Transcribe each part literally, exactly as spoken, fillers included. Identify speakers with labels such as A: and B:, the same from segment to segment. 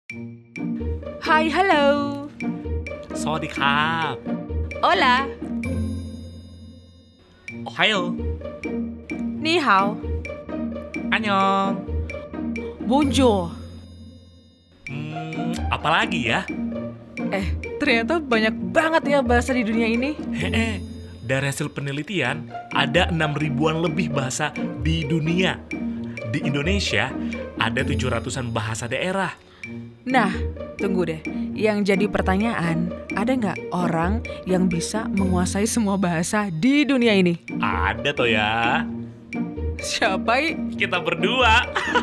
A: Hai, halo.
B: สวัสดีครับ
A: Hola.
B: โอไฮโอ
A: Ni hao.
B: อันยอง
A: Bonjour.
B: Hmm, apalagi ya?
A: Eh, ternyata banyak banget ya bahasa di dunia ini.
B: Hehe, dari hasil penelitian, ada enam ribuan lebih bahasa di dunia. Di Indonesia, ada tujuh ratusan bahasa daerah.
A: Nah, tunggu deh. Yang jadi pertanyaan, ada nggak orang yang bisa menguasai semua bahasa di dunia ini?
B: Ada toh ya.
A: Siapa? I?
B: Kita berdua.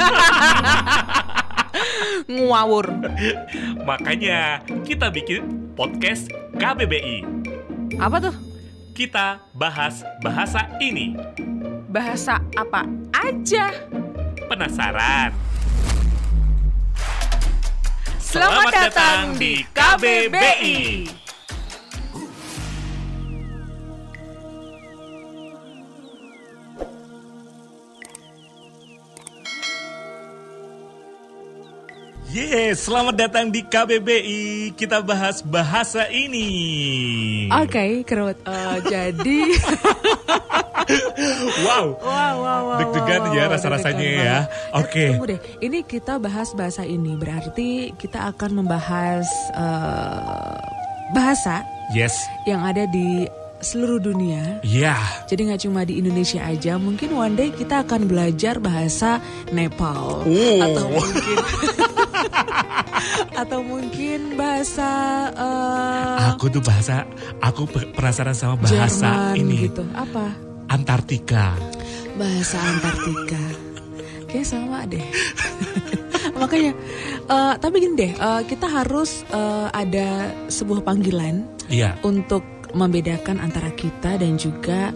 A: Ngawur.
B: Makanya kita bikin podcast K B B I.
A: Apa tuh?
B: Kita bahas bahasa ini.
A: Bahasa apa aja?
B: Penasaran?
A: Selamat datang di K B B I.
B: Yes, selamat datang di K B B I. Kita bahas bahasa ini.
A: Oke, okay, kerut. Uh, jadi,
B: wow,
A: wow, wow, wow,
B: deg-degan
A: wow,
B: ya
A: wow,
B: rasa-rasanya
A: deg-degan
B: ya. Oke. Okay.
A: Tunggu deh, ini kita bahas bahasa ini. Berarti kita akan membahas uh, bahasa
B: Yes.
A: yang ada di seluruh dunia.
B: Iya. Yeah.
A: Jadi nggak cuma di Indonesia aja. Mungkin one day kita akan belajar bahasa Nepal.
B: Oh.
A: Atau mungkin atau mungkin bahasa uh,
B: aku tuh bahasa aku penasaran sama bahasa
A: Jerman
B: ini
A: gitu. Apa?
B: Antartika.
A: Bahasa Antartika. Kayak sama deh. Makanya uh, tapi gini deh, uh, kita harus uh, ada sebuah panggilan
B: Iya.
A: untuk membedakan antara kita dan juga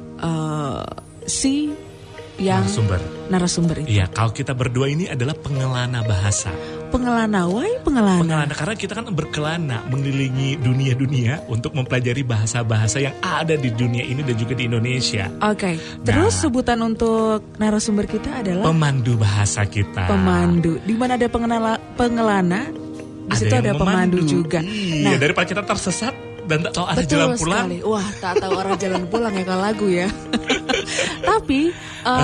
A: uh, si yang
B: narasumber.
A: narasumber itu.
B: Iya, kalau kita berdua ini adalah pengelana bahasa.
A: Pengelana, why pengelana?
B: Pengelana karena kita kan berkelana mengelilingi dunia-dunia untuk mempelajari bahasa-bahasa yang ada di dunia ini dan juga di Indonesia.
A: Oke, okay. Terus
B: Nah,
A: sebutan untuk narasumber kita adalah
B: pemandu bahasa kita.
A: Pemandu. Di mana ada pengenala, pengelana, di situ ada, ada pemandu juga.
B: Iya, nah, daripada kita tersesat dan tak tahu arah
A: betul
B: jalan pulang.
A: Sekali. Wah, tak tahu arah jalan pulang ya kalau lagu ya. Tapi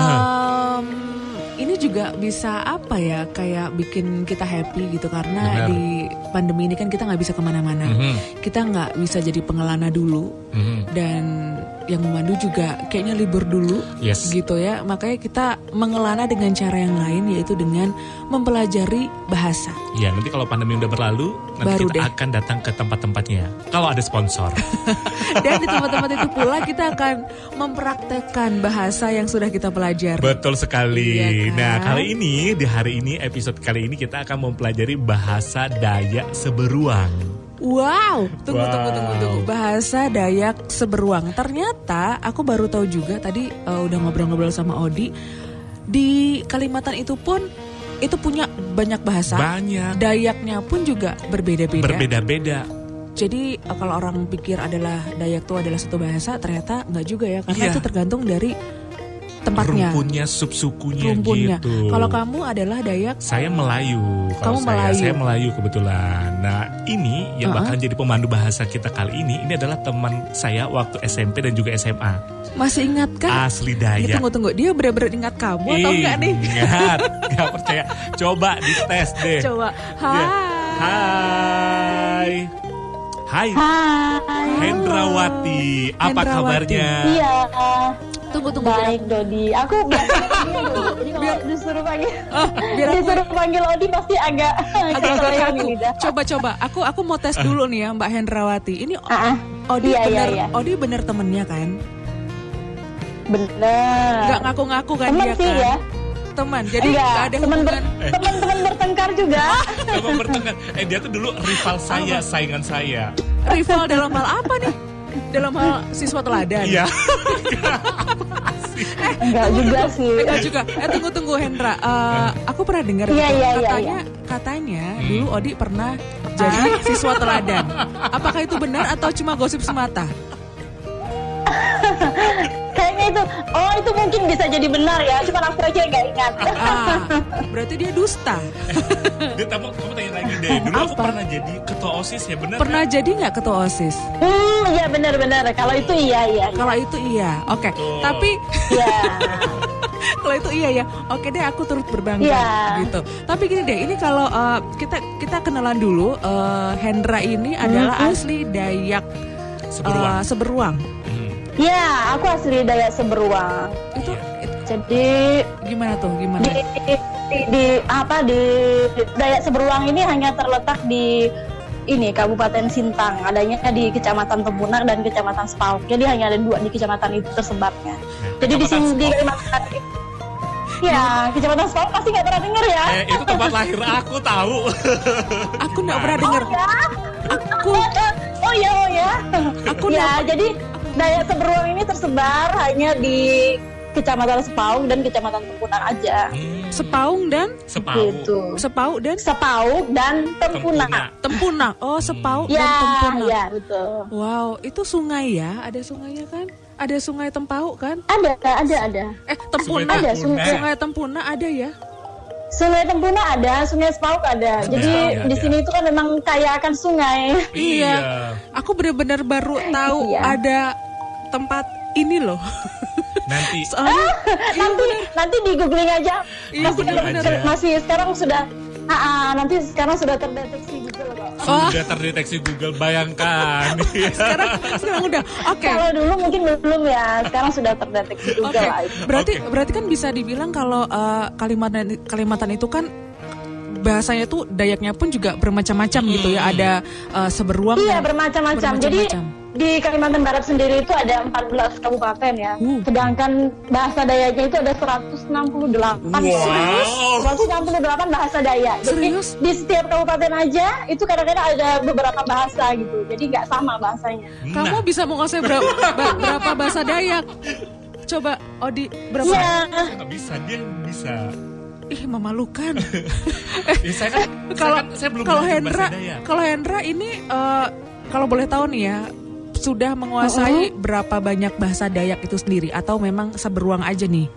A: um, ini juga bisa apa ya, kayak bikin kita happy gitu. Karena
B: Benar.
A: di pandemi ini kan kita gak bisa kemana-mana.
B: Mm-hmm.
A: Kita gak bisa jadi pengelana dulu.
B: Mm-hmm. Dan
A: yang memandu juga kayaknya libur dulu.
B: Yes.
A: Gitu ya. Makanya kita mengelana dengan cara yang lain, yaitu dengan mempelajari bahasa.
B: Iya, nanti kalau pandemi udah berlalu, nanti
A: Baru
B: kita
A: deh.
B: akan datang ke tempat-tempatnya. Kalau ada sponsor.
A: Dan di tempat-tempat itu pula kita akan mempraktekkan bahasa yang sudah kita pelajari.
B: Betul sekali.
A: Iya kan?
B: Nah, kali ini, di hari ini, episode kali ini kita akan mempelajari bahasa Dayak Seberuang.
A: Wow, tunggu,
B: wow.
A: tunggu, tunggu, tunggu. Bahasa Dayak Seberuang. Ternyata aku baru tahu juga tadi uh, udah ngobrol-ngobrol sama Odi. Di Kalimantan itu pun itu punya banyak bahasa.
B: Banyak.
A: Dayaknya pun juga berbeda-beda.
B: Berbeda-beda.
A: Jadi uh, kalau orang pikir adalah Dayak itu adalah satu bahasa, ternyata nggak juga ya. Karena
B: iya.
A: itu tergantung dari tempatnya.
B: Rumpunnya, subsukunya
A: Rumpunnya.
B: gitu.
A: Kalau kamu adalah Dayak,
B: saya Melayu. Kalau
A: kamu
B: saya,
A: Melayu.
B: saya Melayu kebetulan. Nah, ini yang
A: Uh-uh.
B: bakal jadi pemandu bahasa kita kali ini, ini adalah teman saya waktu S M P dan juga S M A.
A: masih ingat kan?
B: Asli Dayak.
A: Tunggu, tunggu. Dia benar-benar ingat kamu atau enggak nih?
B: Ingat, nggak percaya. Coba dites deh.
A: Coba. Hai.
B: Hai. Hai.
C: Hai.
B: Hendrawati, apa
A: Hendrawati.
B: kabarnya?
C: Iya.
A: Tunggu, tunggu.
C: Baik, Dodi. Aku biasa dulu. Jadi kalau disuruh panggil,
A: Oh, biar aku
C: disuruh panggil Odi pasti agak
A: agak-agak
C: kayak
A: kaku.
C: lidah.
A: Coba-coba. Aku aku mau tes dulu nih ya, Mbak Hendrawati. Ini
C: Ah, ah.
A: Odi
C: Iya, iya,
A: bener,
C: iya.
A: Odi bener temennya kan?
C: Bener.
A: Nggak ngaku-ngaku kan
C: Temen
A: dia
C: sih
A: kan?
C: ya.
A: Teman. Jadi
C: Enggak,
A: nggak ada
C: teman ber,
A: hubungan.
C: teman-teman bertengkar juga.
B: Coba bertengkar. Eh, dia tuh dulu rival saya, saingan saya.
A: Rival dalam hal apa nih? Dalam hal siswa teladan.
B: Iya.
C: Enggak juga sih.
A: Enggak juga. Eh tunggu tunggu Hendra. Uh, aku pernah dengar
C: Iya,
A: gitu.
C: iya, iya,
A: katanya
C: iya.
A: katanya
B: Hmm.
A: dulu Odi pernah jadi siswa teladan. Apakah itu benar atau cuma gosip semata?
C: Kayaknya itu Oh itu mungkin bisa jadi benar ya, cuma aku aja nggak ingat.
A: Ah, berarti dia dusta.
B: Dia kamu kamu tanya lagi deh. Dulu aku
A: Apa?
B: pernah jadi ketua OSIS ya, benar?
A: Pernah jadi nggak ketua OSIS?
C: Hmm, iya benar-benar. Kalau itu iya iya.
A: Kalau itu iya, oke.
B: Betul.
A: Tapi
C: Iya.
A: kalau itu iya ya, oke deh aku turut berbangga
C: Iya.
A: gitu. Tapi gini deh, ini kalau uh, kita kita kenalan dulu, uh, Hendra ini adalah
C: Mhm.
A: asli Dayak
B: Seberuang.
A: uh, Seberuang.
B: Hmm.
C: Iya, aku asli Dayak Seberuang.
A: Itu,
B: Iya.
A: itu
C: Jadi
A: gimana tuh? Gimana?
C: di, di, di apa di Dayak Seberuang ini hanya terletak di ini Kabupaten Sintang, adanya di Kecamatan Tempunak dan Kecamatan Sepauk. Jadi hanya ada dua di kecamatan itu tersebarnya. Jadi di sini di Kalimantan ya, Kecamatan Sepauk pasti nggak pernah dengar ya.
B: Eh, itu tempat lahir aku tahu.
A: Aku nggak pernah dengar.
C: Ya.
A: Aku
C: Oh ya, oh ya.
A: Aku
C: ya,
A: nggak-
C: jadi Dayak Seberuang ini tersebar hanya di Kecamatan Sepauk dan Kecamatan Tempunak aja.
B: Hmm.
A: Sepaung dan
B: Sepau.
C: Gitu.
A: Sepauk dan
C: Sepauk dan Tempunak.
A: Tempunak. Oh, Sepauk dan
C: Ya,
A: Tempunak.
C: ya, betul.
A: Wow, itu sungai ya? Ada sungainya kan? Ada sungai Tempauk kan?
C: Ada, ada, ada.
A: Eh, Tempunak.
C: Ada,
B: Tempunak.
A: Sungai Tempunak ada ya?
C: Sungai Tempunak ada, Sungai Sepauk ada.
B: Ada,
C: Jadi
B: ada,
C: di
B: ada.
C: sini itu kan memang kaya akan sungai.
B: Iya.
A: Aku benar-benar baru tahu
C: Iya.
A: ada tempat ini loh.
B: Nanti
A: Soalnya
C: nanti nanti di googling aja.
A: Iya,
C: Masih,
B: bener aja.
C: masih sekarang sudah ah, ah, nanti sekarang sudah terdeteksi Google kok.
A: oh,
B: sudah terdeteksi Google, bayangkan.
A: sekarang sekarang udah. Oke.
C: Kalau dulu mungkin belum ya, sekarang sudah terdeteksi
A: Oke.
C: Google lah itu.
A: Berarti
B: Oke.
A: berarti kan bisa dibilang kalau eh, Kalimantan Kalimantan itu kan bahasanya tuh Dayaknya pun juga bermacam-macam gitu ya. Ada eh, Seberuang
C: Iya
A: dan
C: bermacam-macam. Jadi
A: bermacam-macam.
C: di Kalimantan Barat sendiri itu ada empat belas kabupaten ya.
A: Uh.
C: Sedangkan bahasa Dayaknya itu ada seratus enam puluh delapan.
B: Wow.
C: seratus enam puluh delapan bahasa Dayak. Jadi
A: Serius?
C: di setiap kabupaten aja itu kadang-kadang ada beberapa bahasa gitu. Jadi nggak sama bahasanya.
A: Kamu
B: Nah,
A: bisa menguasai berapa, ba- berapa bahasa Dayak? Coba Odi berapa?
C: Iya.
B: saya nggak bisa, dia bisa.
A: Ih, memalukan.
B: Ya, saya kan,
A: Kalau
B: saya, kan, saya belum
A: kalau
B: belajar
A: Hendra,
B: bahasa Dayak.
A: kalau Hendra ini eh, kalau boleh tahu nih ya, sudah menguasai berapa banyak bahasa Dayak itu sendiri atau memang Seberuang aja nih?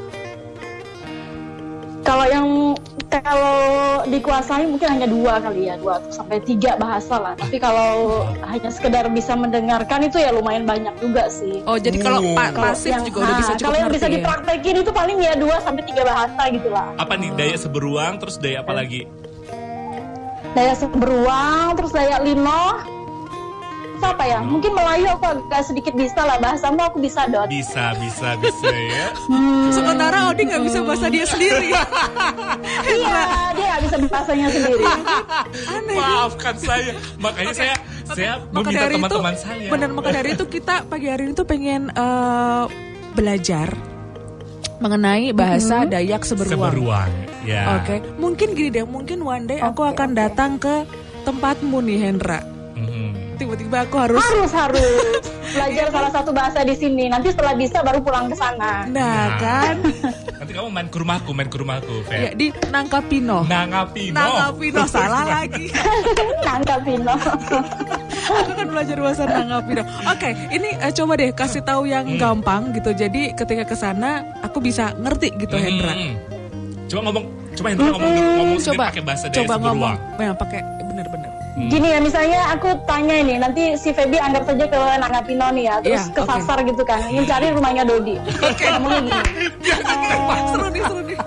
C: Kalau yang kalau dikuasai mungkin hanya dua kali ya, dua sampai tiga bahasa lah. Tapi kalau hanya sekedar bisa mendengarkan itu ya lumayan banyak juga sih.
A: Oh, jadi kalau
B: Oh.
A: pa-
C: Kalau
A: pasif
C: yang-
A: juga udah
C: ah,
A: bisa cukup
C: kalau yang bisa
A: ngerti ya?
C: dipraktekin itu paling ya dua sampai tiga bahasa gitu lah.
B: Apa nih, Dayak Seberuang, terus Dayak apa lagi?
C: Dayak Seberuang, terus Dayak Lino. Terus apa ya? Mungkin Melayu aku agak sedikit bisa lah, bahasamu aku bisa Dot.
B: Bisa, bisa, bisa ya.
A: Sementara Odi nggak bisa bahasa dia sendiri.
C: Iya, dia nggak bisa bahasanya sendiri.
A: Aneh.
B: Maafkan saya. Makanya saya saya
A: Maka
B: meminta
A: dari itu,
B: teman-teman saya.
A: benar maka dari itu kita pagi hari ini tuh pengen eh, belajar mengenai bahasa Dayak Seberuang.
B: Seberuang. Ya.
A: Oke, mungkin gini deh, mungkin one day aku
C: Oke,
A: akan
C: oke.
A: datang ke tempatmu nih Hendra.
B: Mhm.
A: Tiba-tiba aku harus,
C: Harus harus belajar salah satu bahasa di sini. Nanti setelah bisa baru pulang ke sana.
A: nah kan,
B: Nanti kamu main ke rumahku, main ke rumahku,
A: ya
B: Fer.
A: di Nangkapino.
B: Nangapino.
A: Nangkapino salah lagi.
C: Nangkap Vino.
A: Aku kan belajar bahasa Nangkapino. Oke, ini eh, coba deh kasih tahu yang
B: Hmm.
A: gampang gitu. Jadi ketika ke sana aku bisa ngerti gitu
B: Mhm.
A: Hendra.
B: Coba ngomong, coba Hendra ngomong dulu, ngomong sendiri
A: Coba
B: pakai bahasa Dayak
A: coba ngomong,
B: Seberuang.
A: ya, pakai bener-bener.
C: Gini ya, misalnya aku tanya ini, nanti si Feby anggap saja ke Nangapino nih ya, terus
A: Iya,
C: ke
A: oke.
C: pasar gitu kan, ingin cari rumahnya Dodi. Oke. Ngomongnya gini,
A: Seru nih, seru nih.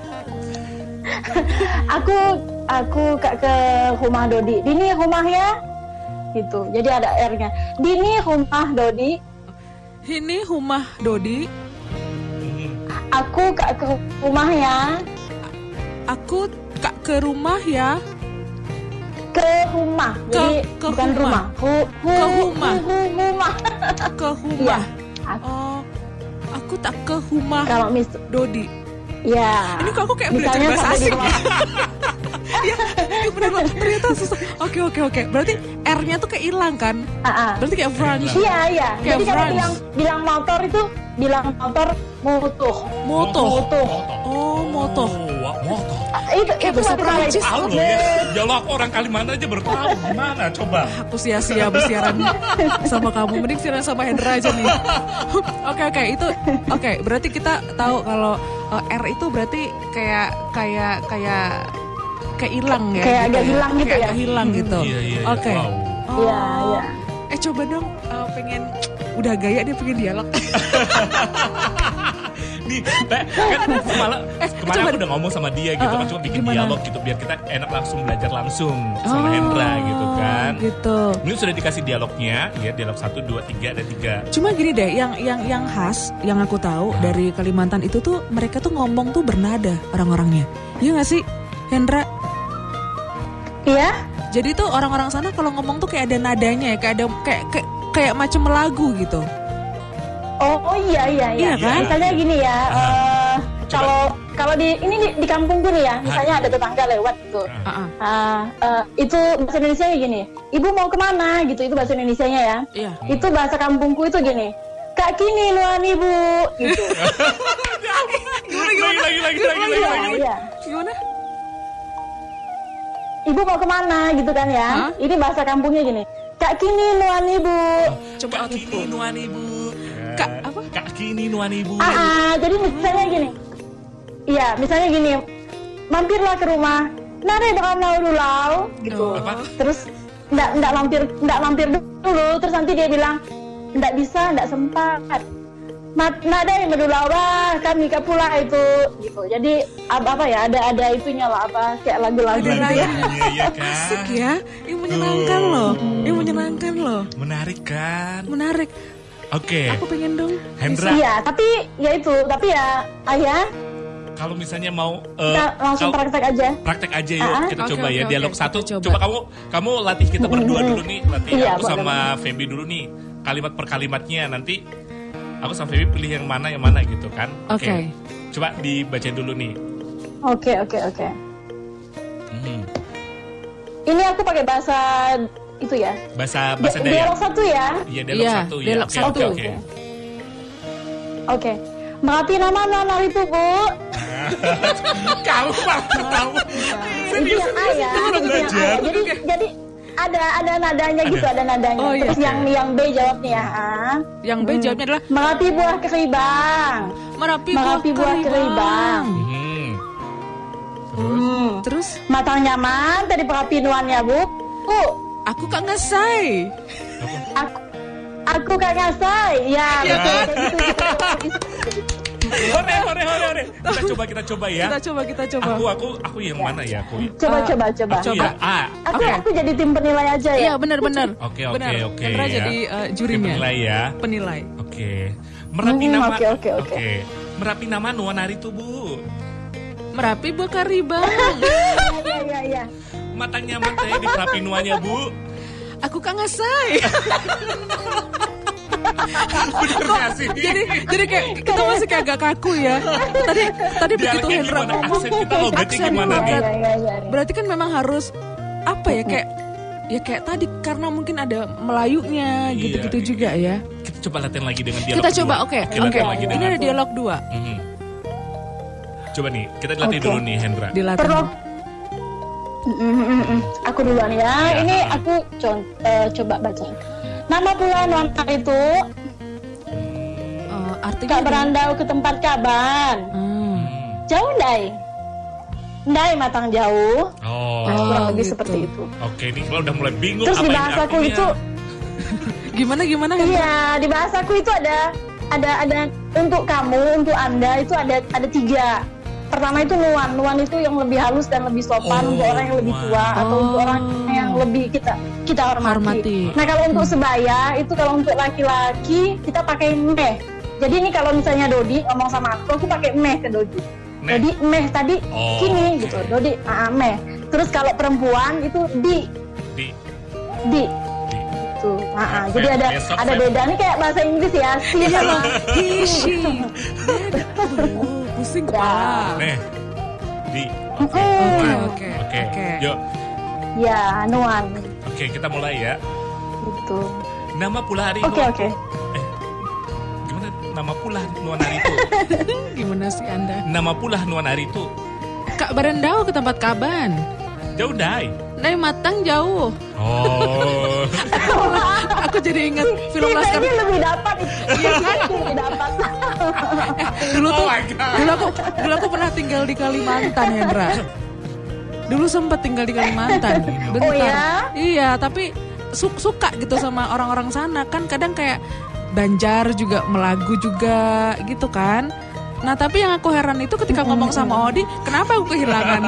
C: aku aku ke, ke rumah Dodi. Dini rumahnya, gitu. Jadi ada R-nya. Dini rumah Dodi.
A: Ini rumah Dodi.
B: Mhm.
C: Aku ke, ke rumahnya,
A: Aku kak ke rumah ya.
C: ke rumah.
A: Ke-
C: Jadi
A: ke
C: bukan
A: rumah.
C: rumah. Hu, hu,
A: Ke rumah.
C: hu, hu, rumah.
A: Ke
C: Iya.
A: rumah.
C: Aku-
A: Oh, aku tak ke rumah
C: Kalau mis,
A: Dodi.
C: ya.
A: Ini kok aku kayak belajar
C: Misalnya
A: bahasa
C: sampai di
A: asing
C: rumah.
A: ya? Ya bener banget. Ternyata susah. Oke oke oke. Berarti R-nya tuh kayak hilang kan?
C: Ah, ah.
A: Berarti kayak French.
C: Iya iya.
A: Kayak
C: Jadi kalau
A: France.
C: bilang bilang motor itu bilang motor mutuh.
A: Moto.
C: Mutuh.
A: Oh moto.
B: Oh, Bawa motor.
C: Itu
A: Kayak
C: itu
A: bahasa
C: waktu
A: Prancis.
C: itu.
B: Tahu loh ya. Ya Allah, aku orang Kalimantan aja baru tahu. Gimana coba?
A: Aku sia-sia bersiaran sama kamu. Mending siaran sama Hendra aja nih. Oke oke itu oke. Berarti kita tahu kalau uh, R itu berarti kayak kayak kayak kayak hilang ya.
C: Kayak agak
A: ya.
C: hilang gitu
A: Kayak
C: ya.
A: agak hilang gitu.
B: Iya, iya, iya.
A: Oke.
B: Wow.
A: Oh.
C: Iya, iya.
A: Eh coba dong uh, pengen udah gaya dia pengen dialog.
B: Nih, Teh, kan malah
A: Eh,
B: kemarin
A: coba-
B: aku udah ngomong sama dia gitu
A: Uh,
B: kan, cuma bikin
A: gimana?
B: dialog gitu biar kita enak langsung belajar langsung sama
A: Oh,
B: Hendra gitu kan.
A: Gitu.
B: Ini sudah dikasih dialognya, ya dialog satu, dua, tiga, dan tiga.
A: Cuma gini deh, yang yang yang khas, yang aku tahu dari Kalimantan itu tuh mereka tuh ngomong tuh bernada orang-orangnya. Iya nggak sih, Hendra?
C: Iya.
A: Jadi tuh orang-orang sana kalau ngomong tuh kayak ada nadanya ya, kayak ada kayak kayak, kayak macam lagu gitu.
C: Oh, oh iya iya iya.
A: Iya kan?
C: Misalnya gini ya,
B: Ah.
C: eh, kalau kalau di ini di, di kampung gue nih ya, misalnya ada tetangga lewat gitu.
B: Ah.
A: Ah, ah.
C: Ah, eh, itu bahasa Indonesianya gini, ibu mau kemana gitu, itu bahasa Indonesianya ya.
A: Iya.
C: Itu bahasa kampungku itu gini, kak kini nuan ibu gitu.
B: Lagi, lagi, lagi, lagi, lagi, lagi,
C: Iya,
B: lagi.
C: iya.
A: Gimana?
C: Ibu mau kemana gitu kan ya.
A: Hah?
C: Ini bahasa kampungnya gini, kak kini nuan ibu.
A: Coba
B: Kak Kini nuan ibu.
A: Kak, apa?
B: Kak Kini nuan ibu.
C: Ah, ah, jadi misalnya gini, iya misalnya gini, mampirlah ke rumah, nare bakal dulau gitu.
A: Oh.
B: Apa?
C: Terus ndak ndak mampir ndak mampir dulu, terus nanti dia bilang ndak bisa, ndak sempat. Mat nada yang berdulau bah, kami ke pula itu gitu. Jadi apa apa ya, ada ada itunya lah apa kayak lagu-lagu
A: Ada
C: gitu
A: lagu.
C: ya.
B: Iya, iya kan.
A: Asik ya, ini menyenangkan
B: Tuh.
A: loh, ini menyenangkan loh,
B: Menarik kan?
A: menarik.
B: Oke,
A: Aku pengen dong.
B: Hendra,
C: Iya, tapi ya itu, tapi ya ayah
B: kalau misalnya mau eh,
C: kita langsung
B: kau-
C: praktek aja.
B: praktek aja yuk,
C: Ah.
B: kita
A: Oke,
B: coba
A: oke,
B: ya
A: oke,
B: dialog
A: kita
B: satu.
A: coba.
B: Coba. kamu kamu latih kita berdua dulu nih, latih
C: Iya,
B: aku
C: boleh,
B: sama Feby dulu nih, kalimat per kalimatnya nanti. Aku sama Feby pilih yang mana yang mana gitu kan?
A: Oke.
B: Coba dibacain dulu nih.
C: Oke, oke, oke.
B: Hmm.
C: Ini aku pakai bahasa itu ya.
B: Bahasa bahasa
C: Di-
B: Dayak.
C: Dialog satu ya.
B: Iya, dialog
A: Iya,
B: satu ya.
A: dialog
B: Oke,
A: satu.
B: oke, oke.
C: Oke. Merapi nama nona itu, Bu.
B: Kamu malah tahu.
C: Itu yang A ya.
B: Kita udah
C: Itu yang A
B: belajar.
C: ya. Jadi jadi ada ada nadanya gitu, ada nadanya.
A: Oh, iya.
C: Terus yang yang B jawabnya ya. A.
A: Yang B jawabnya adalah
C: Merapi buah keribang.
A: Merapi,
C: Merapi buah keribang.
B: Hmm.
C: Hmm.
A: Terus
C: Matang nyaman tadi perapinuannya, Bu. Bu,
A: aku kak ngasai.
C: aku aku kak ngasai. Ya,
A: Iya
C: betul.
A: kan?
C: Kayak gitu, gitu.
B: Hore, hore, hore, hore. Kita coba, kita coba ya.
A: Kita coba, kita coba.
B: Aku, aku, aku yang mana ya? Aku,
C: Coba,
A: Ah,
C: coba, coba.
B: aku
A: coba.
B: ya A.
C: Aku
A: Oke.
C: aku jadi tim penilai aja ya.
A: Iya benar-benar.
B: Oke, oke,
A: Benar.
B: oke.
A: Hendra
B: ya.
A: jadi uh,
B: Oke,
A: jurinya.
B: penilai ya.
A: Penilai.
B: Oke. Merapi
C: Hmm,
B: nama.
C: oke, oke, oke.
B: Merapi nama Nuanari tuh, Bu.
A: Merapi buah karibang.
C: Iya, iya, iya.
B: Matang nyaman saya di Merapi Nuanya, Bu.
A: Aku kak ngasai.
B: Bener gak sih?
A: jadi jadi kayak kita masih kayak agak kaku ya. Tadi tadi begitu
B: Dialognya
A: Hendra
B: gimana?
A: ngomong
B: Aksen kita logatnya
A: aksen
B: gimana
A: logat.
B: nih?
C: Iya, iya, iya.
A: Berarti kan memang harus apa ya kayak ya kayak tadi karena mungkin ada Melayunya
B: Iya,
A: gitu-gitu
B: iya.
A: juga ya.
B: Kita coba latihan lagi dengan dialog
A: Kita
B: kedua.
A: coba oke
B: Oke,
A: oke.
B: latihan lagi
A: Ini
B: dengan.
A: ada dialog dua.
B: Mhm. Coba nih, kita latih
C: Oke.
B: dulu nih, Hendra.
A: Dilatih.
C: Perlu. Mm, mm, mm, mm. Aku duluan ya.
B: Ya.
C: Ini aku con- eh, coba baca. Nama pula Nuanta itu
A: Eh, artinya
C: gak berandau ke tempat kaban.
A: Hmm.
B: Hmm.
C: Jauh ndai. Ndai matang jauh.
B: Oh,
C: Nah, kurang
A: Oh,
C: lebih
A: gitu.
C: seperti itu.
B: oke nih kalau udah mulai bingung
C: Terus
B: apa
C: di
B: ini
C: bahasaku
B: artinya.
C: itu,
A: Gimana gimana Hendra?
C: iya di bahasaku itu ada ada ada untuk kamu, untuk anda itu ada ada tiga. Pertama itu nuan, nuan itu yang lebih halus dan lebih sopan
B: Oh,
C: untuk orang yang lebih tua
A: nuan.
C: atau untuk
A: Oh.
C: orang yang lebih kita kita hormati.
A: Hormati.
C: Nah kalau untuk sebaya itu kalau untuk laki-laki kita pakai meh. Jadi ini kalau misalnya Dodi ngomong sama aku, aku pakai meh ke Dodi.
B: Meh.
C: Dodi meh tadi
B: Oh,
C: kini
B: oke.
C: gitu, Dodi ah, meh. Terus kalau perempuan itu di
B: Di,
C: di
B: di.
C: tuh. Ah, ah.
B: Feb,
C: Jadi ada
B: besok,
C: ada
B: Feb.
C: beda nih kayak bahasa Inggris ya. Si
A: Iya
C: sama
A: loh. Hishi. Beda. Aduh, pusing kepala.
B: Nih, di.
C: Mm-mm.
A: Oke oke
B: Oke,
A: oke.
B: yuk.
C: ya nuan
B: Oke, kita mulai ya.
C: gitu.
B: Nama pula hari
C: Oke
B: Nuan-
C: oke.
B: Eh, gimana nama pula Nuanari itu?
A: Gimana sih Anda?
B: Nama pula Nuanari itu.
A: Kak Barendau ke tempat kaban.
B: Jauh dai.
A: Dai matang jauh.
B: Oh.
A: Aku jadi ingat film
C: Kita
A: Laskar.
C: ini lebih dapat.
A: Iya kan?
C: Lebih dapat.
A: Eh, dulu tuh,
B: Oh my God.
A: dulu aku, dulu aku pernah tinggal di Kalimantan, Hendra. Dulu sempat tinggal di Kalimantan. Bentar.
C: Oh ya?
A: Iya, tapi su- suka gitu sama orang-orang sana kan. Kadang kayak Banjar juga, Melagu juga gitu kan. Nah tapi yang aku heran itu ketika ngomong sama Odi, kenapa aku kehilangan?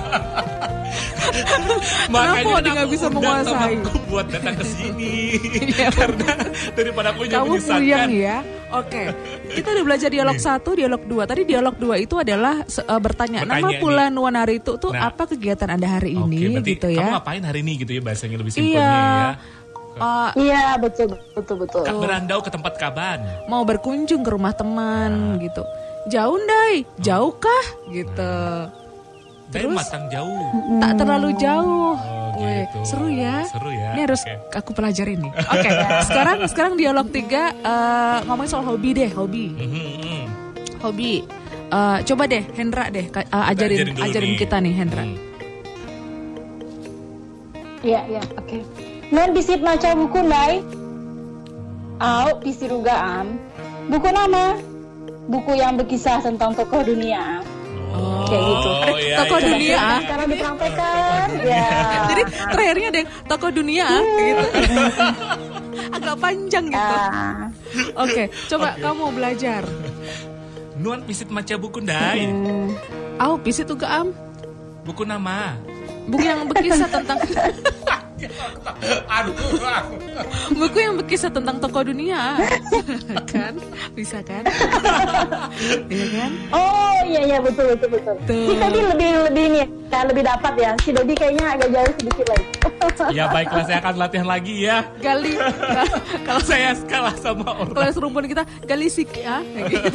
A: Kenapa Odi
B: kan
A: nggak
B: aku
A: bisa
B: undang
A: menguasai?
B: temanku buat datang ke sini.
A: Iya.
B: Karena daripada aku yang
A: Kamu
B: menyesatkan.
A: puyeng ya. Oke, kita udah belajar dialog satu, dialog dua. Tadi dialog dua itu adalah se- uh, bertanya,
B: Bertanya
A: nama
B: nih.
A: Bulan Wanari itu tuh
B: Nah.
A: apa kegiatan Anda hari
B: Oke,
A: ini
B: berarti
A: gitu
B: kamu
A: ya?
B: ngapain hari ini gitu ya bahasanya lebih simpelnya
A: Iya.
B: ya.
A: Uh,
C: Iya, betul betul betul.
B: Kak Berandau ke tempat kaban.
A: mau berkunjung ke rumah teman gitu. Jauh Ndai, jauh kah gitu.
B: Dari
A: Terus?
B: matang jauh.
A: Tak terlalu jauh.
B: Oh,
A: Weh,
B: gitu.
A: seru ya.
B: Seru ya.
A: Ini harus
B: Oke.
A: aku pelajari nih. Oke, sekarang sekarang dialog tiga eh, ngomongin soal hobi deh, hobi.
B: Mhm, mhm.
A: Hobi. Eh, coba deh Hendra deh ka- eh, ajarin
B: Kita dulu
A: ajarin kita nih Hendra.
B: Hmm.
C: Iya, iya, oke. Non bisit maca buku nai. Au pisiruga am. Buku nama. Buku yang berkisah tentang tokoh dunia.
B: Oh,
C: Kayak gitu.
B: iya,
A: Tokoh
B: iya.
A: dunia.
C: Coba sekarang dipraktekkan. Ya.
A: Jadi terakhirnya deh tokoh dunia gitu. Agak panjang gitu.
C: Ah.
A: Oke, coba
B: Oke.
A: kamu belajar.
B: Nuan pisit maca buku ndai.
C: Hmm.
A: Au pisit tuh am.
B: Buku nama.
A: Buku yang berkisah tentang
B: Aduh.
A: buku yang berkisah tentang tokoh dunia. Kan? Bisa kan? Iya kan?
C: Oh iya iya betul betul betul.
A: Tuh.
C: Si Dodi lebih lebih nih, ya, lebih dapat ya. Si Dodi kayaknya agak jauh sedikit lagi.
B: Ya baiklah, saya akan latihan lagi ya.
A: Gali. Kalau
B: Saya kalah sama
A: kalau
B: orang.
A: serumpun kita gali sik ya. Kayak gitu.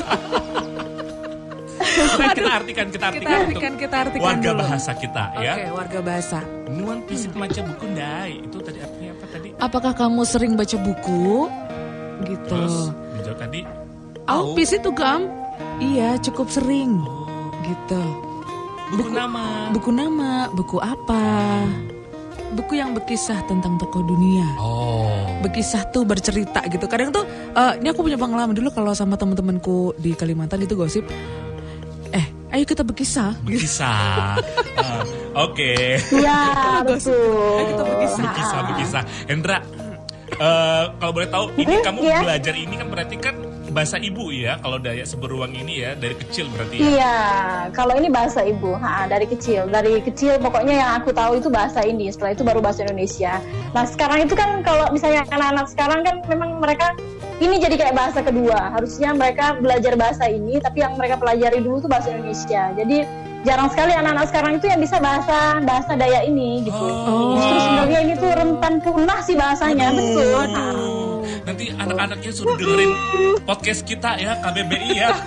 B: Nah, kita artikan, kita artikan,
A: Kita artikan,
B: untuk
A: kita artikan
B: warga
A: dulu.
B: bahasa kita
A: Oke,
B: ya.
A: warga bahasa.
B: Nuan pisit maca buku ndai. Itu tadi artinya apa tadi?
A: Apakah kamu sering baca buku? Gitu.
B: Terus dijawab tadi.
A: Au pisit tuh gam? Iya, cukup sering.
B: Oh,
A: Gitu.
B: buku nama.
A: Buku nama, buku apa? Buku yang berkisah tentang tokoh dunia.
B: Oh.
A: Berkisah tuh bercerita gitu. Kadang tuh eh, ini aku punya pengalaman dulu kalau sama teman-temanku di Kalimantan gitu gosip. Eh, ayo kita berkisah.
B: Berkisah. Ah, Oke.
C: Iya betul.
A: Ayo kita berkisah.
B: Berkisah, berkisah. Hendra, eh, kalau boleh tahu, ini
C: Hmm,
B: kamu
C: iya.
B: belajar ini kan berarti kan bahasa ibu ya, kalau Dayak Seberuang ini ya, dari kecil berarti ya?
C: Iya, kalau ini bahasa ibu, ha, dari kecil, dari kecil pokoknya yang aku tahu itu bahasa ini. Setelah itu baru bahasa Indonesia. Nah sekarang itu kan kalau misalnya anak-anak sekarang kan memang mereka ini jadi kayak bahasa kedua. Harusnya mereka belajar bahasa ini, tapi yang mereka pelajari dulu tuh bahasa Indonesia. Jadi jarang sekali anak-anak sekarang itu yang bisa bahasa bahasa Dayak ini gitu.
B: Oh.
C: Justru sebenarnya ini tuh rentan punah sih bahasanya,
B: Aduh,
C: betul.
B: aduh. Nanti anak-anaknya suruh dengerin podcast kita ya, K B B I ya.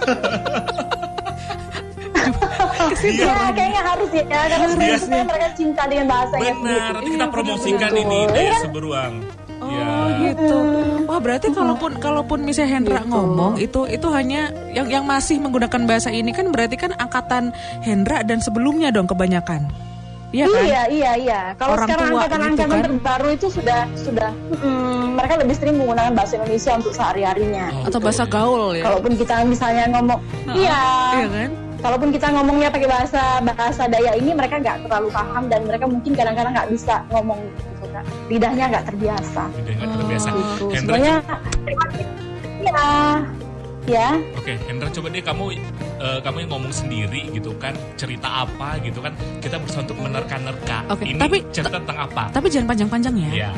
C: Ya kayaknya harus ya, karena
B: Iya.
C: sebenarnya mereka cinta dengan bahasanya
B: Benar, nanti kita
A: Iya,
B: promosikan
C: betul.
B: ini Dayak
C: Iya.
B: Seberuang.
A: Oh
B: Ya.
A: gitu. Wah berarti kalaupun kalaupun misalnya Hendra
C: Gitu.
A: ngomong itu itu hanya yang yang masih menggunakan bahasa ini kan berarti kan angkatan Hendra dan sebelumnya dong kebanyakan. Iya kan?
C: Iya iya iya. Kalau
A: Orang
C: sekarang
A: tua
C: angkatan-angkatan
A: gitu kan.
C: terbaru itu sudah sudah mm, mereka lebih sering menggunakan bahasa Indonesia untuk sehari-harinya.
B: Oh,
A: Atau bahasa
B: oke.
A: gaul ya.
C: Kalaupun kita misalnya ngomong, iya.
A: Iya kan?
C: Kalaupun kita ngomongnya pakai bahasa bahasa Dayak ini mereka nggak terlalu paham dan mereka mungkin kadang-kadang nggak bisa ngomong gitu, Kak. Lidahnya nggak terbiasa.
B: Udah nggak terbiasa.
A: Oh.
C: Gitu.
B: Hendra,
C: Sebenarnya, ya, ya.
B: Oke, Hendra coba deh kamu eh, kamu yang ngomong sendiri gitu kan, cerita apa gitu kan, kita berusaha untuk menerka-nerka.
A: Oke,
B: Ini
A: tapi-
B: cerita tentang apa?
A: Tapi jangan panjang-panjang ya.
B: Iya.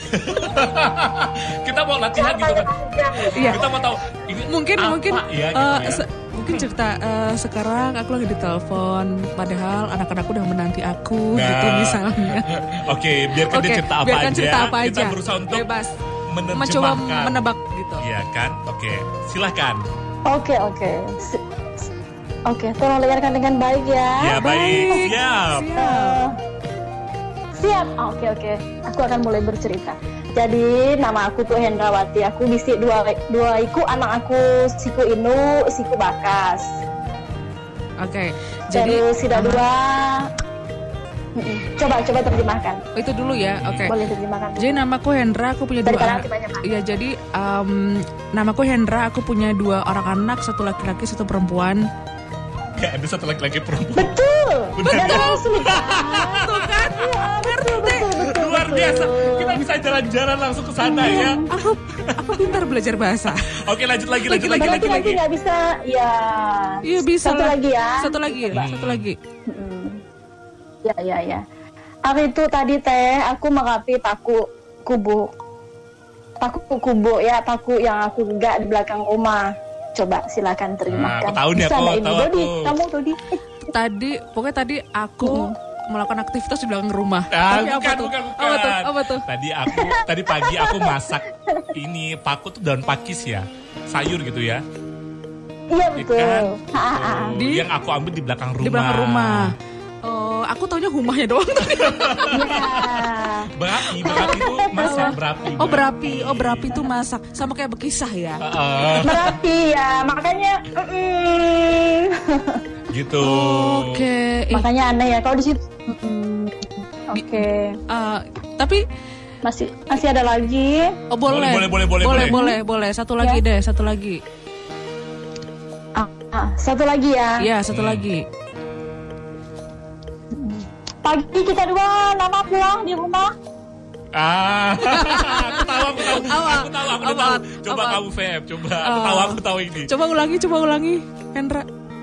B: Kita mau latihan gitu kan.
A: Iya.
B: Kita mau tahu ini
A: Mungkin
B: apa
A: mungkin
B: ya, gitu
A: eh,
B: ya.
A: se- mungkin cerita eh, sekarang aku lagi ditelepon padahal anak-anakku udah menanti aku
B: Nah.
A: gitu misalnya.
B: Oke, biarkan dia
A: Oke,
B: cerita apa
A: biarkan
B: aja.
A: cerita apa
B: Kita
A: aja.
B: berusaha untuk
A: Bebas. Mencoba
B: menerjemahkan.
A: menebak gitu.
B: Iya kan? Oke, silahkan.
C: Oke oke. Si- si- Oke, tolong dengarkan dengan baik ya.
B: Ya baik,
A: baik.
B: siap.
A: Siap.
C: Eh, siap. Ah, Oke oke. Aku akan mulai bercerita. Jadi nama aku tuh Hendrawati. Aku bisi dua dua iku anak aku siku inu siku bakas.
A: Oke. Jadi
C: Terus sida
A: uh,
C: dua. Mm-mm. Coba coba terjemahkan.
A: oh, itu dulu ya. Oke.
C: Boleh terjemahkan.
A: Jadi namaku Hendra, aku punya dua
C: Daripada
A: anak.
C: nanti banyak.
A: Iya, jadi um, namaku Hendra, aku punya dua orang anak, satu laki-laki, satu perempuan.
B: Gak ada satu laki-laki perempuan.
C: Betul.
B: Betul.
C: Gak ada sulit.
A: Tuh kan?
C: Iya, betul, betul, betul,
B: Luar
C: betul.
B: biasa. Kita bisa jalan-jalan langsung ke sana ya.
A: Aku aku pintar belajar bahasa.
B: Oke, lanjut lagi, lanjut lagi,
C: Berarti
B: lagi,
C: nanti
B: lagi.
C: nggak bisa, ya.
A: Iya bisa
C: Satu
A: lah.
C: lagi ya.
A: Satu lagi,
C: Coba.
A: satu lagi.
C: Mm-mm. Ya, ya, ya. Aku itu tadi teh, aku mengapi paku kubu. Paku kubu ya, paku yang aku genggak di belakang rumah. Coba silakan terjemahkan.
B: Nah, aku tahu nih,
C: Bisa
B: aku
C: nggak ini?
B: tahu
C: Dodi,
B: aku.
C: kamu Dodi.
A: Tadi pokoknya tadi aku melakukan aktivitas di belakang rumah.
B: Ah,
A: Tapi
B: bukan,
A: apa tuh?
B: bukan, bukan.
A: Apa tuh? Apa tuh?
B: Tadi aku, tadi pagi aku masak ini paku tuh daun pakis ya, sayur gitu ya.
C: Iya betul.
B: Ikan.
C: Ha, ha, ha.
B: Oh,
A: Di-
B: yang aku ambil di belakang rumah.
A: Di belakang rumah. Oh, aku taunya humahnya doang.
C: Iya.
B: Berapi, berapi itu masak, berapi.
A: Oh berapi, oh berapi itu masak, sama kayak berkisah ya.
B: Heeh,
C: Merapi ya, makanya. mm-mm.
B: gitu.
A: Oke, eh,
C: Makanya aneh ya kalau di situ. Mm-mm. Oke.
A: eh, tapi
C: Masih masih ada lagi.
A: oh boleh,
B: Boleh, boleh, boleh,
A: boleh,
B: boleh.
A: boleh, boleh. Satu lagi
C: Ya.
A: deh, satu lagi.
C: Ah, ah, satu lagi ya.
A: Iya, satu
B: Hmm.
A: lagi.
C: Pagi kita dua lama pulang di rumah.
B: Ah, aku tahu, aku tahu,
A: Apa?
B: aku tahu, aku udah
A: Apa?
B: tahu. Coba
A: Apa?
B: kamu Feb, coba. Aku
A: Ah.
B: tahu, aku tahu ini.
A: Coba ulangi, coba ulangi, Hendra.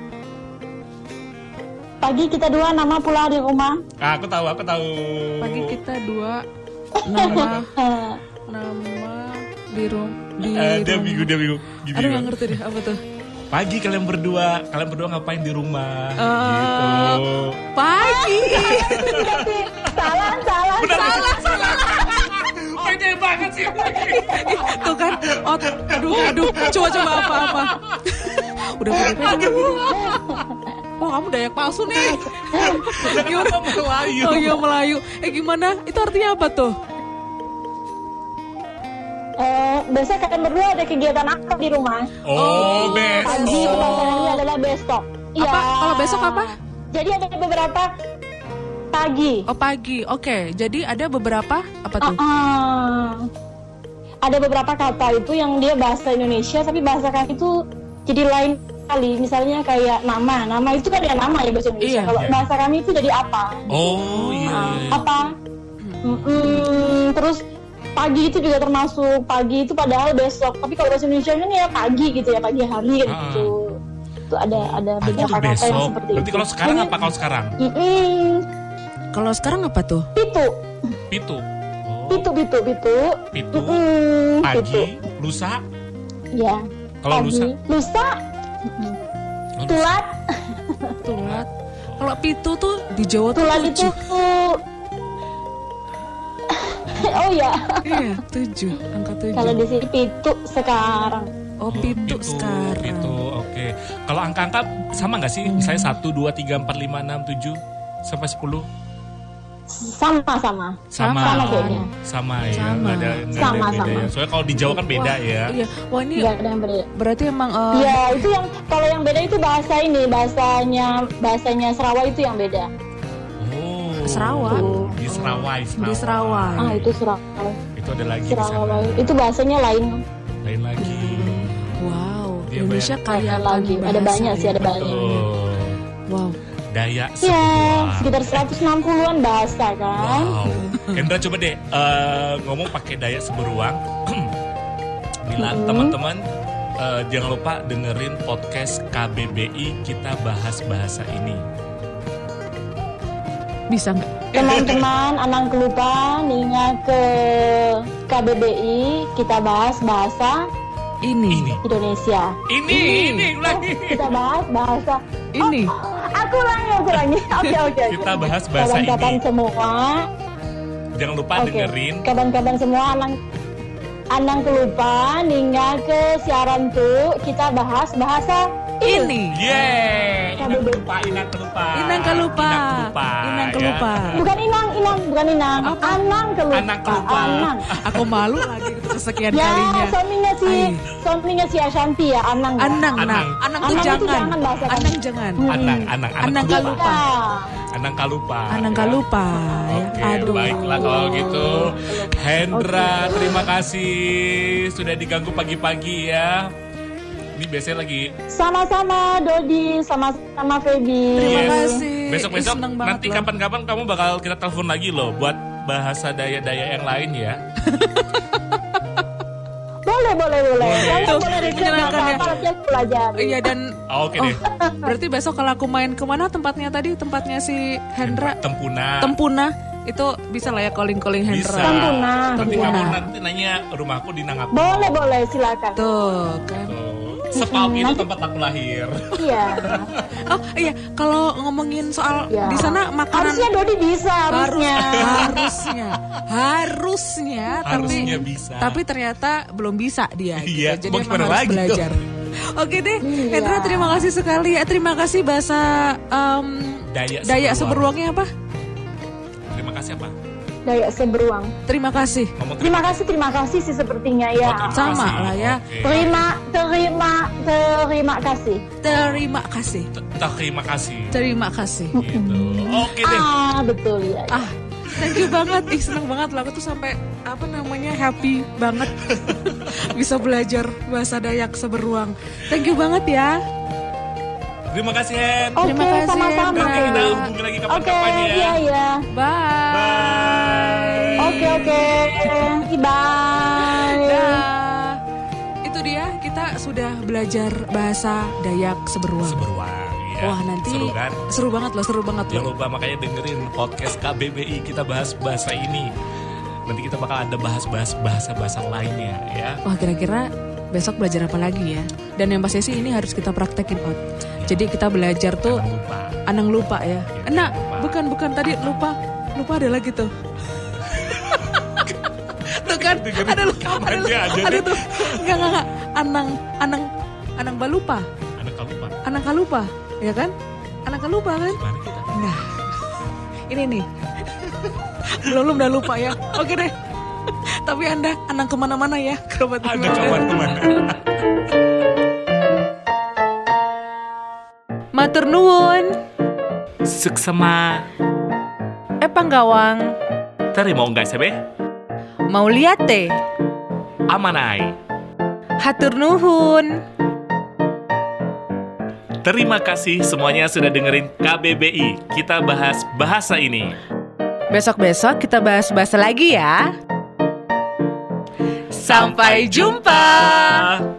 C: Pagi kita dua nama pulang di rumah.
B: Ah, aku tahu, aku tahu.
A: Pagi kita dua nama
C: Eh,
A: nama di rum di
B: Eh, dia
A: rum-
B: minggu, dia minggu. Gini,
A: Aduh
B: Bang.
A: nggak ngerti deh apa tuh.
B: Pagi kalian berdua, kalian berdua ngapain di rumah?
A: Ah.
B: Gitu.
A: Pagi.
C: berarti salah salah
B: Benar,
C: salah.
B: salah. Pede banget sih.
A: Tuh kan. Oh, aduh, aduh. Coba coba apa apa. Udah pede-pede. Oh kamu Dayak palsu nih. Gimana?
B: Kamu Melayu.
A: Oh iya Melayu. Eh gimana? Itu artinya apa tuh?
C: Eh, besok kalian berdua ada kegiatan apa di rumah?
B: Oh,
C: Pagi itu bahasa
B: besok.
C: ini adalah besok. Iya.
A: Apa? Kalau besok apa?
C: Jadi ada beberapa pagi.
A: Oh pagi. Oke. Jadi ada beberapa apa tuh?
C: Ah, ah. Ada beberapa kata itu yang dia bahasa Indonesia tapi bahasa kami itu jadi lain kali. Misalnya kayak nama. Nama itu kan ya nama ya bahasa Indonesia.
A: Iya.
C: Kalau
B: Iya.
C: bahasa kami itu jadi apa?
B: Oh, iya.
C: Ah,
B: iya.
C: apa? Mm-mm. Terus pagi itu juga termasuk. Pagi itu padahal besok. Tapi kalau bahasa Indonesia kan ya pagi gitu ya, pagi hari
B: Ah.
C: gitu. Itu ada ada
B: Pagi itu
C: beberapa kata yang
B: besok.
C: seperti
B: Berarti
C: itu.
B: kalau sekarang
C: Hanya-
B: apa kalau sekarang?
C: Mm-mm.
A: Kalau sekarang apa tuh?
C: Pitu,
B: Pitu. Oh,
C: pitu, pitu, pitu.
B: pitu.
C: Mm-mm,
B: Pagi,
C: pitu.
B: lusa.
C: Ya.
B: Kalau
C: Pagi.
B: lusa?
C: Lusa.
B: Oh, lusa.
C: Tulat.
A: Tulat. Kalau pitu tuh di Jawa tuh
C: Tulat itu.
A: tujuh.
C: Oh ya.
A: Iya, tujuh. Angka tujuh.
C: Kalau di sini pitu sekarang.
A: Oh pitu sekarang.
B: Pitu, oke. Kalau angka-angka sama nggak sih? Misalnya satu, dua, tiga, empat, lima, enam, tujuh sampai sepuluh.
C: Sama-sama.
B: Sama.
C: Sama kayaknya.
B: Sama ya.
A: Sama.
B: Nggak ada, nggak
C: Sama,
B: ada beda
C: sama.
B: ya. Soalnya kalau di Jawa kan beda
A: Wah,
B: ya.
A: Iya. Wah ini
C: Enggak ada yang beda.
A: berarti emang eh,
C: Iya, itu yang kalau yang beda itu bahasa ini, bahasanya bahasanya Sarawak itu yang beda.
B: Oh.
A: Sarawak.
B: Di Serawai.
A: Di Sarawak.
C: Ah, itu Sarawak.
B: Itu ada lagi di sana.
C: Sarawak. Itu bahasanya lain.
B: Lain lagi.
A: wow.
B: Dia
A: Indonesia kaya
C: Ada
A: akan
C: lagi. Ada
A: bahasa
C: banyak sih,
A: ya.
C: ada banyak.
B: Tuh.
A: Wow.
B: Dayak
C: Ya,
B: sebuah.
C: sekitar seratus enam puluhan bahasa kan.
B: Wow. Hendra coba deh eh, ngomong pakai Dayak Seberuang. Bila
C: Mm-mm.
B: teman-teman eh, jangan lupa dengerin podcast K B B I kita bahas bahasa ini.
A: Bisa nggak?
C: Teman-teman, anang kelupa ninga ke K B B I kita bahas bahasa
A: Ini.
B: Ini,
C: Indonesia.
B: ini,
A: Ini.
B: ini, ulangi.
C: Kita bahas bahasa.
A: Ini.
C: Aku ulangi, aku ulangi. Oke, oke, oke.
B: Kita bahas bahasa
C: Kawan-kawan
B: ini.
C: semua.
B: Jangan lupa
C: Oke.
B: dengerin.
C: Kawan-kawan semua anang anang kelupa ninga ke siaran tuh kita bahas bahasa ini.
A: Ini.
B: Yeay. Inang kelupa, Inang kelupa.
A: Inang kelupa.
B: Inang kelupa.
A: Inang
B: ya.
A: kelupa.
C: Bukan Inang, Inang, bukan Inang.
A: Apa?
C: Anang kelupa.
B: Anang kelupa.
C: Anang.
A: Aku malu lagi itu kesekian
C: Ya,
A: kalinya.
C: suaminya si
A: Ay.
C: suaminya si Ashanti ya, Anang. ya?
A: Anang,
B: Anang.
A: Anang, Anang tuh
C: Anang itu
A: jangan.
C: jangan bahasa kami.
A: Anang jangan.
C: Hmm.
B: Anang, Anang,
A: Anang
B: Anang
A: kalupa.
C: Ya.
B: Anang kalupa.
A: Anang
B: ya.
A: kalupa. Ya.
B: Oke,
A: Aduh.
B: baiklah kalau gitu. Hendra, terima kasih sudah diganggu pagi-pagi ya. Ini biasanya lagi
C: Sama-sama Dodi, sama-sama Feby.
A: Terima
B: Yes.
A: kasih.
B: Besok-besok
A: Ih, seneng banget
B: nanti
A: loh.
B: kapan-kapan kamu bakal kita telepon lagi loh buat bahasa daya-daya yang lain ya.
C: Boleh, boleh, boleh.
B: Boleh.
C: Boleh,
A: Tuh,
C: boleh. Request
A: menyenangkan ya.
C: apa-apa aja belajar.
A: Iya dan
B: Oh, Oke deh.
A: berarti besok kalau aku main kemana tempatnya tadi tempatnya si Hendra
B: Tempuna.
A: Tempuna itu bisa lah ya calling calling
B: Bisa.
A: Hendra.
C: Tempuna.
B: Nanti
A: Tempuna.
B: kamu nanti nanya rumahku di Nangap.
C: Boleh, boleh, silakan.
A: Tuh kan.
B: Tuh. Sepauk itu tempat aku lahir.
C: Iya.
A: Oh iya kalau ngomongin soal
C: Ya.
A: di sana makanan
C: Harusnya Dodi bisa,
A: harus
C: harusnya.
A: harusnya harusnya tapi
B: Harusnya bisa.
A: tapi ternyata belum bisa dia gitu.
B: Iya,
A: Jadi
B: mau
A: emang
B: gimana
A: harus
B: lagi
A: belajar. Oke deh,
C: Iya.
A: Hendra terima kasih sekali ya. Terima kasih bahasa em,
B: Daya
A: Dayak
B: Seberuang.
A: Seberuangnya apa?
B: Terima kasih apa?
C: Dayak Seberuang.
A: Terima kasih.
B: Ngomong
C: Terima kasih, terima kasih sih sepertinya ya.
B: Oh, terima
A: Sama
B: kasih.
A: lah ya.
B: Oke.
C: Terima, terima, terima kasih.
A: Terima kasih.
B: T- Terima kasih.
A: Terima kasih.
B: Gitu. Oke deh.
C: Ah, betul ya.
A: Ah, thank you banget. Ih, seneng banget lah. Aku tuh sampai apa namanya happy banget bisa belajar bahasa Dayak Seberuang. Thank you banget ya.
B: Terima kasih Hen.
C: Oke,
A: terima kasih,
C: sama-sama.
A: Hendra.
B: Nanti kita hubungi lagi
C: Oke,
B: kapan-kapan ya.
C: iya, iya.
A: Bye.
B: Bye.
C: Oke, oke. Bye.
A: Dah. Itu dia kita sudah belajar bahasa Dayak Seberuang.
B: Seberuang. Ya.
A: Wah nanti
B: Seru kan?
A: seru banget loh, seru banget
B: Jangan
A: loh.
B: lupa makanya dengerin podcast K B B I kita bahas bahasa ini. Nanti kita bakal ada bahas-bahas bahasa-bahasa lainnya ya.
A: Wah kira-kira besok belajar apa lagi ya? Dan yang pasti sih ini harus kita praktekin out. Jadi kita belajar tuh
B: Jangan lupa.
A: Anang lupa ya.
B: Ya,
A: Enak,
B: lupa.
A: bukan bukan tadi lupa. Lupa ada lagi tuh. Tuh kan,
B: Dengerin
A: ada lupa, ada
B: rekamannya
A: lupa,
B: aja
A: ada
B: deh.
A: tuh. Enggak enggak enggak. Anang Anang Anang balupa.
B: Anak kamu lupa.
A: Anang kalupa, ya kan? Anang kalupa kan?
B: Gimana kita?
A: Nah, ini nih. belum belum udah lupa ya. Oke deh. Tapi Anda Anang kemana-mana ya. Kerabat
B: Ada kemana-mana.
A: Matur nuwun.
B: Suksema.
A: Epang gawang.
B: Terima enggak sebe?
A: Mau lihat teh.
B: Amanai.
A: Hatur nuhun.
B: Terima kasih semuanya sudah dengerin K B B I. Kita bahas bahasa ini.
A: Besok-besok kita bahas bahasa lagi ya. Sampai jumpa.